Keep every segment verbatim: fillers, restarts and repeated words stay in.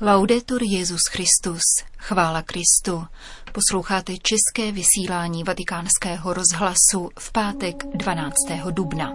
Laudetur Jesus Christus, chvála Kristu. Posloucháte české vysílání Vatikánského rozhlasu v pátek dvanáctého dubna.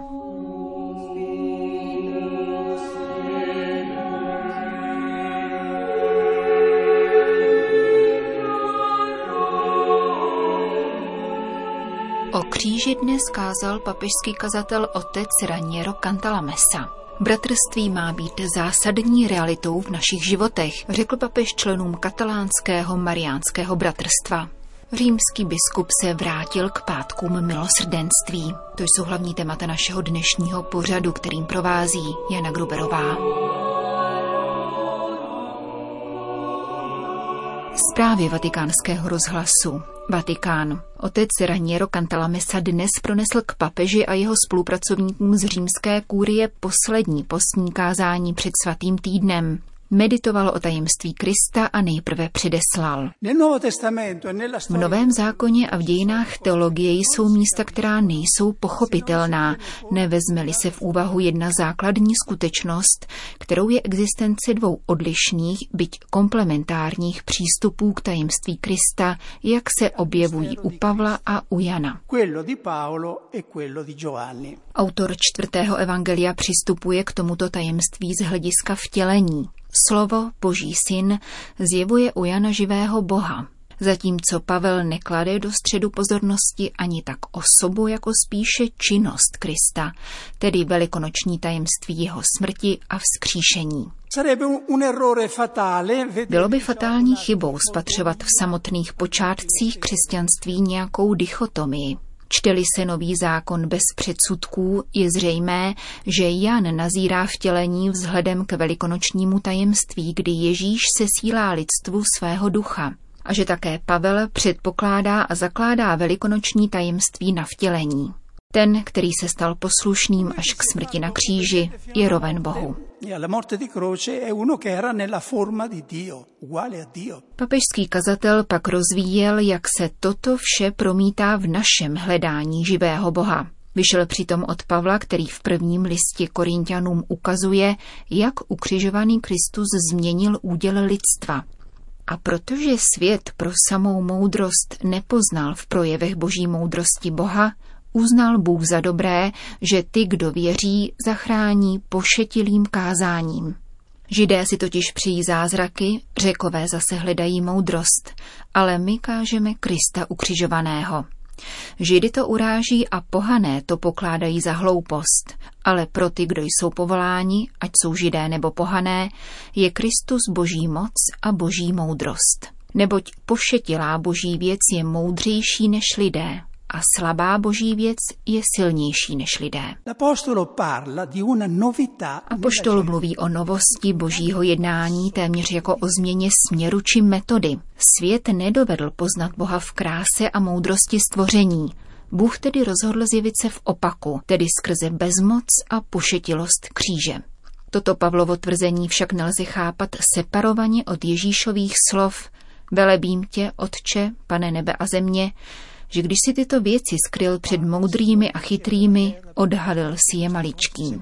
O kříži dnes kázal papežský kazatel otec Raniero Cantalamessa. Bratrství má být zásadní realitou v našich životech, řekl papež členům katalánského mariánského bratrstva. Římský biskup se vrátil k pátkům milosrdenství. To jsou hlavní témata našeho dnešního pořadu, kterým provází Jana Gruberová. Zprávy Vatikánského rozhlasu. Vatikán. Otec Raniero Cantalamessa dnes pronesl k papeži a jeho spolupracovníkům z římské kurie poslední postní kázání před svatým týdnem. Meditoval o tajemství Krista a nejprve předeslal. V Novém zákoně a v dějinách teologie jsou místa, která nejsou pochopitelná, nevezme-li se v úvahu jedna základní skutečnost, kterou je existence dvou odlišných, byť komplementárních přístupů k tajemství Krista, jak se objevují u Pavla a u Jana. Autor čtvrtého evangelia přistupuje k tomuto tajemství z hlediska vtělení. Slovo, Boží syn, zjevuje u Jana živého Boha, zatímco Pavel neklade do středu pozornosti ani tak osobu, jako spíše činnost Krista, tedy velikonoční tajemství jeho smrti a vzkříšení. Bylo by fatální chybou spatřovat v samotných počátcích křesťanství nějakou dichotomii. Čteli se Nový zákon bez předsudků, je zřejmé, že Jan nazírá vtělení vzhledem k velikonočnímu tajemství, kdy Ježíš sesílá lidstvu svého ducha, a že také Pavel předpokládá a zakládá velikonoční tajemství na vtělení. Ten, který se stal poslušným až k smrti na kříži, je roven Bohu. Papežský kazatel pak rozvíjel, jak se toto vše promítá v našem hledání živého Boha. Vyšel přitom od Pavla, který v prvním listě Korinťanům ukazuje, jak ukřižovaný Kristus změnil úděl lidstva. A protože svět pro samou moudrost nepoznal v projevech boží moudrosti Boha, uznal Bůh za dobré, že ty, kdo věří, zachrání pošetilým kázáním. Židé si totiž přijí zázraky, Řekové zase hledají moudrost, ale my kážeme Krista ukřižovaného. Židy to uráží a pohané to pokládají za hloupost, ale pro ty, kdo jsou povoláni, ať jsou Židé nebo pohané, je Kristus boží moc a boží moudrost. Neboť pošetilá boží věc je moudřejší než lidé, a slabá boží věc je silnější než lidé. Apoštol mluví o novosti božího jednání téměř jako o změně směru či metody. Svět nedovedl poznat Boha v kráse a moudrosti stvoření. Bůh tedy rozhodl zjevit se v opaku, tedy skrze bezmoc a pošetilost kříže. Toto Pavlovo tvrzení však nelze chápat separovaně od Ježíšových slov: Velebím tě, Otče, Pane nebe a země, že když si tyto věci skryl před moudrými a chytrými, odhalil si je maličkým.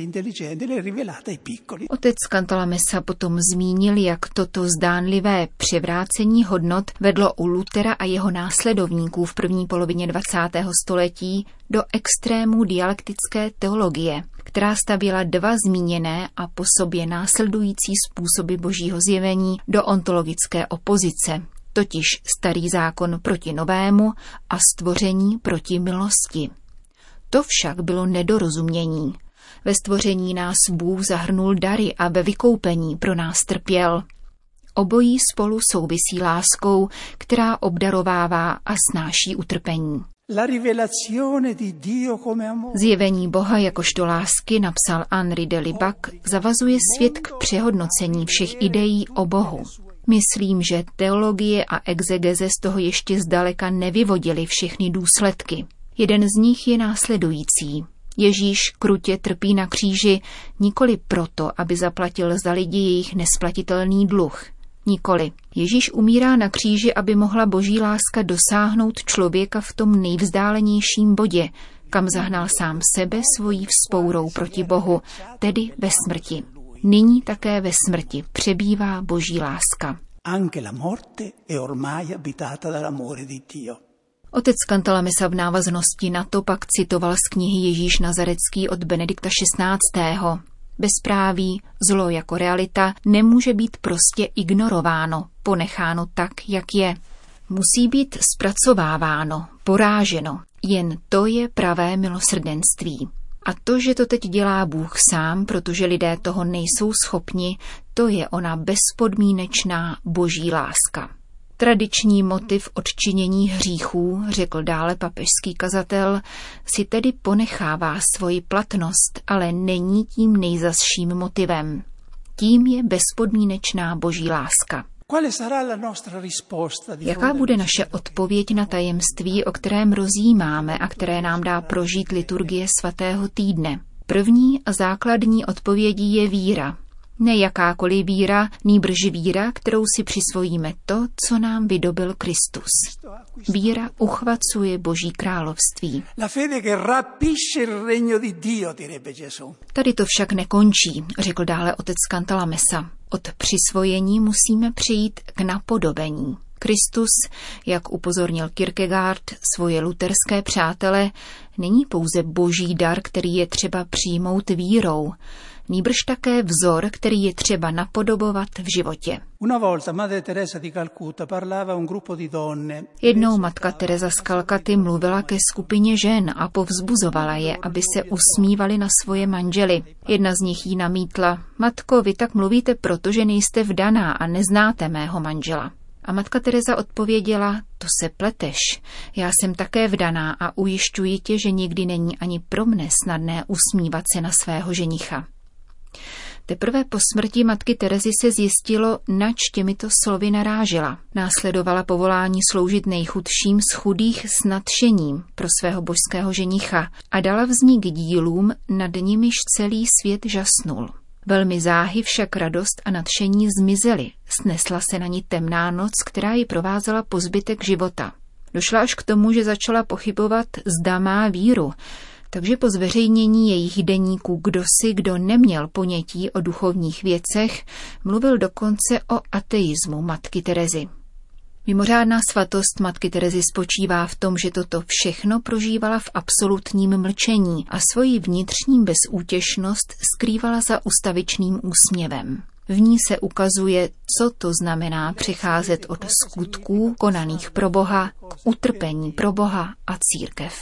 Otec Cantalamessa potom zmínil, jak toto zdánlivé převrácení hodnot vedlo u Luthera a jeho následovníků v první polovině dvacátého století do extrému dialektické teologie, která stavěla dva zmíněné a po sobě následující způsoby božího zjevení do ontologické opozice, totiž starý zákon proti novému a stvoření proti milosti. To však bylo nedorozumění. Ve stvoření nás Bůh zahrnul dary a ve vykoupení pro nás trpěl. Obojí spolu souvisí láskou, která obdarovává a snáší utrpení. Zjevení Boha jakožto lásky, napsal Henri de Lubac, zavazuje svět k přehodnocení všech ideí o Bohu. Myslím, že teologie a exegeze z toho ještě zdaleka nevyvodily všechny důsledky. Jeden z nich je následující. Ježíš krutě trpí na kříži nikoli proto, aby zaplatil za lidi jejich nesplatitelný dluh. Nikoli. Ježíš umírá na kříži, aby mohla boží láska dosáhnout člověka v tom nejvzdálenějším bodě, kam zahnal sám sebe svojí vzpourou proti Bohu, tedy ve smrti. nyní také ve smrti přebývá Boží láska. Anche la morte è ormai abitata dall'amore di Dio. Otec Cantalamessa v návaznosti na to pak citoval z knihy Ježíš Nazarecký od Benedikta šestnáctého. Bezpráví, zlo jako realita nemůže být prostě ignorováno, ponecháno tak, jak je. Musí být zpracováváno, poráženo. Jen to je pravé milosrdenství. A to, že to teď dělá Bůh sám, protože lidé toho nejsou schopni, to je ona bezpodmínečná Boží láska. Tradiční motiv odčinění hříchů, řekl dále papežský kazatel, si tedy ponechává svoji platnost, ale není tím nejzazším motivem. Tím je bezpodmínečná Boží láska. Jaká bude naše odpověď na tajemství, o kterém rozjímáme a které nám dá prožít liturgie svatého týdne? První a základní odpovědí je víra. Ne jakákoliv víra, nýbrž víra, kterou si přisvojíme to, co nám vydobyl Kristus. Víra uchvacuje Boží království. Tady to však nekončí, řekl dále otec Cantalamessa. Od přisvojení musíme přejít k napodobení. Kristus, jak upozornil Kierkegaard, svoje luterské přátele, není pouze boží dar, který je třeba přijmout vírou, nýbrž také vzor, který je třeba napodobovat v životě. Jednou matka Teresa z Kalkaty mluvila ke skupině žen a povzbuzovala je, aby se usmívali na svoje manžely. Jedna z nich jí namítla: Matko, vy tak mluvíte, protože nejste vdaná a neznáte mého manžela. A matka Teresa odpověděla: to se pleteš, já jsem také vdaná a ujišťuji tě, že nikdy není ani pro mne snadné usmívat se na svého ženicha. Teprve po smrti matky Terezy se zjistilo, nač těmito slovy narážela. Následovala povolání sloužit nejchudším z chudých s nadšením pro svého božského ženicha a dala vznik dílům, nad nimiž celý svět žasnul. Velmi záhy však radost a nadšení zmizely. Snesla se na ní temná noc, která ji provázela po zbytek života. Došla až k tomu, že začala pochybovat, zda má víru, takže po zveřejnění jejich deníků kdosi, kdo neměl ponětí o duchovních věcech, mluvil dokonce o ateismu matky Terezy. Mimořádná svatost matky Terezy spočívá v tom, že toto všechno prožívala v absolutním mlčení a svoji vnitřní bezútěšnost skrývala za ustavičným úsměvem. V ní se ukazuje, co to znamená přecházet od skutků konaných pro Boha k utrpení pro Boha a církev.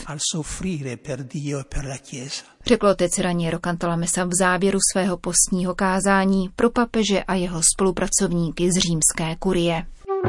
Řekl otec Raniero Cantalamessa v závěru svého postního kázání pro papeže a jeho spolupracovníky z římské kurie.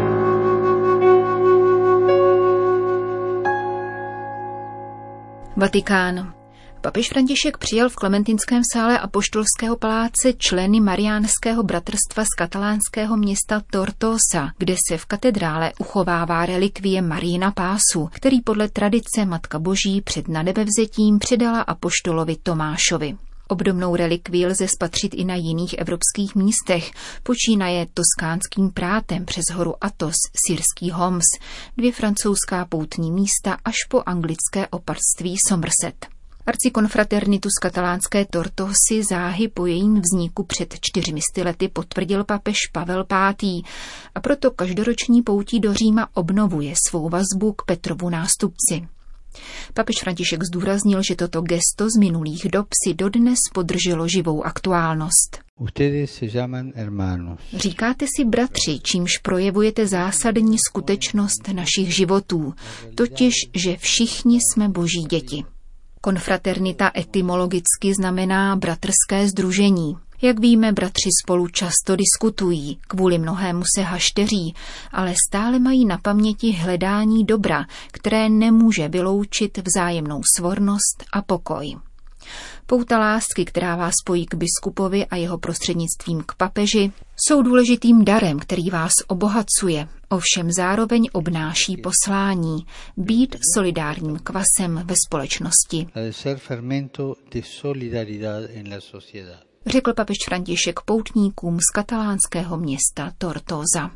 Vatikán. Papež František přijal v Klementinském sále Apoštolského paláce členy Mariánského bratrstva z katalánského města Tortosa, kde se v katedrále uchovává relikvie Marijina pásu, který podle tradice Matka Boží před nanebevzetím předala apoštolovi Tomášovi. Obdobnou relikvii lze spatřit i na jiných evropských místech, počínaje toskánským prátem přes horu Athos, syrský Homs, dvě francouzská poutní místa až po anglické opatství Somerset. Arcikonfraternitu z katalánské Tortosy záhy po jejím vzniku před čtyřmi sty lety potvrdil papež Pavel pátý. A proto každoroční poutí do Říma obnovuje svou vazbu k Petrovu nástupci. Papež František zdůraznil, že toto gesto z minulých dob si dodnes podrželo živou aktuálnost. Říkáte si bratři, čímž projevujete zásadní skutečnost našich životů, totiž, že všichni jsme Boží děti. Konfraternita etymologicky znamená bratrské sdružení. Jak víme, bratři spolu často diskutují, kvůli mnohému se hašteří, ale stále mají na paměti hledání dobra, které nemůže vyloučit vzájemnou svornost a pokoj. Pouta lásky, která vás spojí k biskupovi a jeho prostřednictvím k papeži, jsou důležitým darem, který vás obohacuje, ovšem zároveň obnáší poslání, být solidárním kvasem ve společnosti. Řekl papež František poutníkům z katalánského města Tortosa.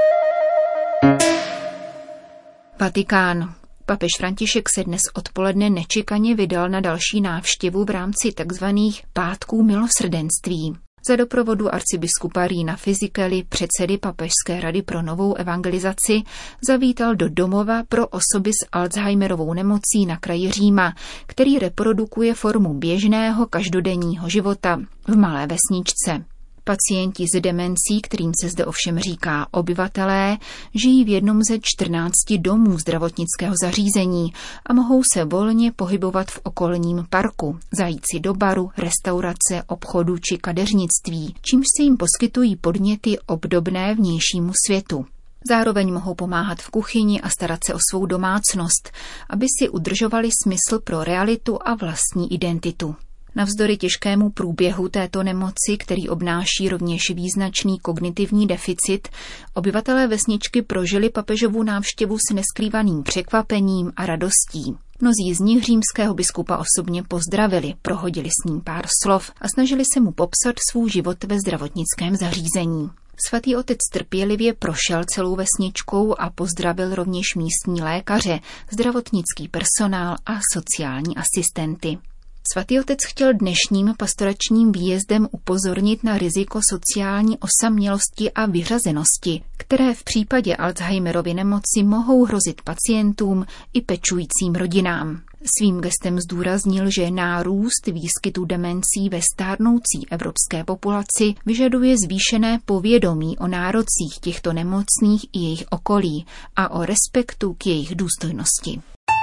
Vatikán. Papež František se dnes odpoledne nečekaně vydal na další návštěvu v rámci tzv. Pátků milosrdenství. Za doprovodu arcibiskupa Rina Fisichely, předsedy Papežské rady pro novou evangelizaci, zavítal do domova pro osoby s Alzheimerovou nemocí na kraji Říma, který reprodukuje formu běžného každodenního života v malé vesničce. Pacienti s demencí, kterým se zde ovšem říká obyvatelé, žijí v jednom ze čtrnácti domů zdravotnického zařízení a mohou se volně pohybovat v okolním parku, zajít si do baru, restaurace, obchodu či kadeřnictví, čímž se jim poskytují podněty obdobné vnějšímu světu. Zároveň mohou pomáhat v kuchyni a starat se o svou domácnost, aby si udržovali smysl pro realitu a vlastní identitu. Navzdory těžkému průběhu této nemoci, který obnáší rovněž význačný kognitivní deficit, obyvatelé vesničky prožili papežovu návštěvu s neskrývaným překvapením a radostí. Mnozí z nich římského biskupa osobně pozdravili, prohodili s ním pár slov a snažili se mu popsat svůj život ve zdravotnickém zařízení. Svatý otec trpělivě prošel celou vesničkou a pozdravil rovněž místní lékaře, zdravotnický personál a sociální asistenty. Svatý otec chtěl dnešním pastoračním výjezdem upozornit na riziko sociální osamělosti a vyřazenosti, které v případě Alzheimerovy nemoci mohou hrozit pacientům i pečujícím rodinám. Svým gestem zdůraznil, že nárůst výskytu demencí ve stárnoucí evropské populaci vyžaduje zvýšené povědomí o nárocích těchto nemocných i jejich okolí a o respektu k jejich důstojnosti.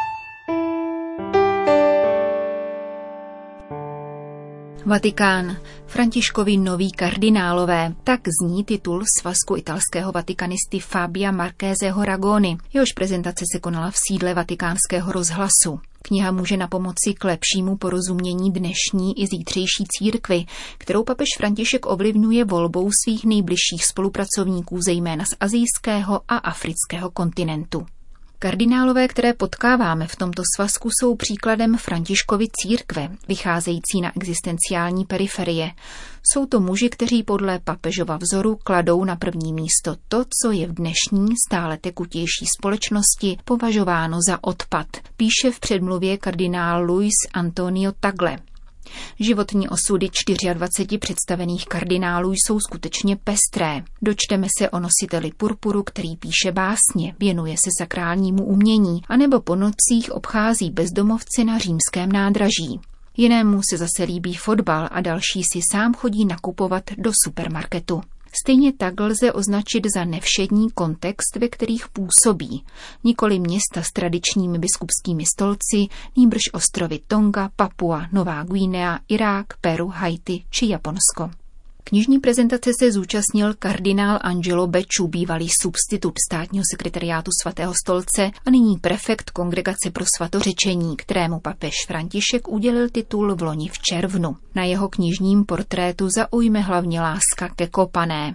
Vatikán. Františkovi noví kardinálové. Tak zní titul svazku italského vatikanisty Fabia Marcheseho Ragony. Jehož prezentace se konala v sídle Vatikánského rozhlasu. Kniha může napomoci k lepšímu porozumění dnešní i zítřejší církvi, kterou papež František ovlivňuje volbou svých nejbližších spolupracovníků, zejména z asijského a afrického kontinentu. Kardinálové, které potkáváme v tomto svazku, jsou příkladem Františkovy církve, vycházející na existenciální periferie. Jsou to muži, kteří podle papežova vzoru kladou na první místo to, co je v dnešní stále tekutější společnosti považováno za odpad, píše v předmluvě kardinál Luis Antonio Tagle. Životní osudy dvaceti čtyř představených kardinálů jsou skutečně pestré. Dočteme se o nositeli purpuru, který píše básně, věnuje se sakrálnímu umění, anebo po nocích obchází bezdomovce na římském nádraží. Jinému se zase líbí fotbal a další si sám chodí nakupovat do supermarketu. Stejně tak lze označit za nevšední kontext, ve kterých působí. Nikoli města s tradičními biskupskými stolci, nýbrž ostrovy Tonga, Papua, Nová Guinea, Irák, Peru, Haiti či Japonsko. Knižní prezentace se zúčastnil kardinál Angelo Becciu, bývalý substitut státního sekretariátu svatého stolce a nyní prefekt Kongregace pro svatořečení, kterému papež František udělil titul vloni v červnu. Na jeho knižním portrétu zaujme hlavně láska ke kopané.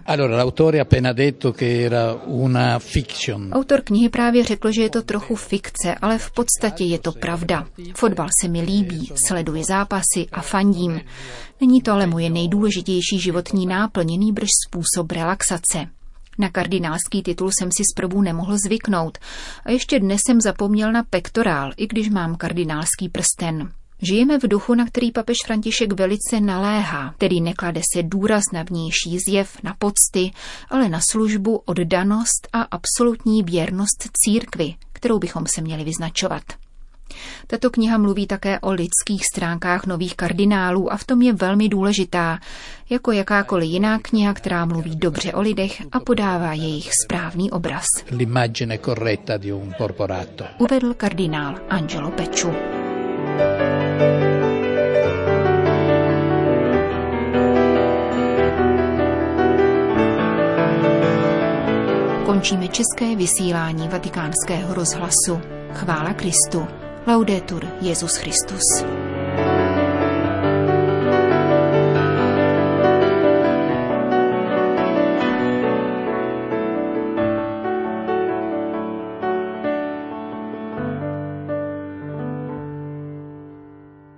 Autor knihy právě řekl, že je to trochu fikce, ale v podstatě je to pravda. Fotbal se mi líbí, sleduji zápasy a fandím. Není to ale moje nejdůležitější životní náplň, nýbrž způsob relaxace. Na kardinálský titul jsem si zprvu nemohl zvyknout a ještě dnes jsem zapomněl na pektorál, i když mám kardinálský prsten. Žijeme v duchu, na který papež František velice naléhá, tedy neklade se důraz na vnější zjev, na pocty, ale na službu, oddanost a absolutní věrnost církvi, kterou bychom se měli vyznačovat. Tato kniha mluví také o lidských stránkách nových kardinálů a v tom je velmi důležitá, jako jakákoliv jiná kniha, která mluví dobře o lidech a podává jejich správný obraz. Uvedl kardinál Angelo Becciu. Končíme české vysílání Vatikánského rozhlasu. Chvála Kristu. Laudetur Jesus Christus.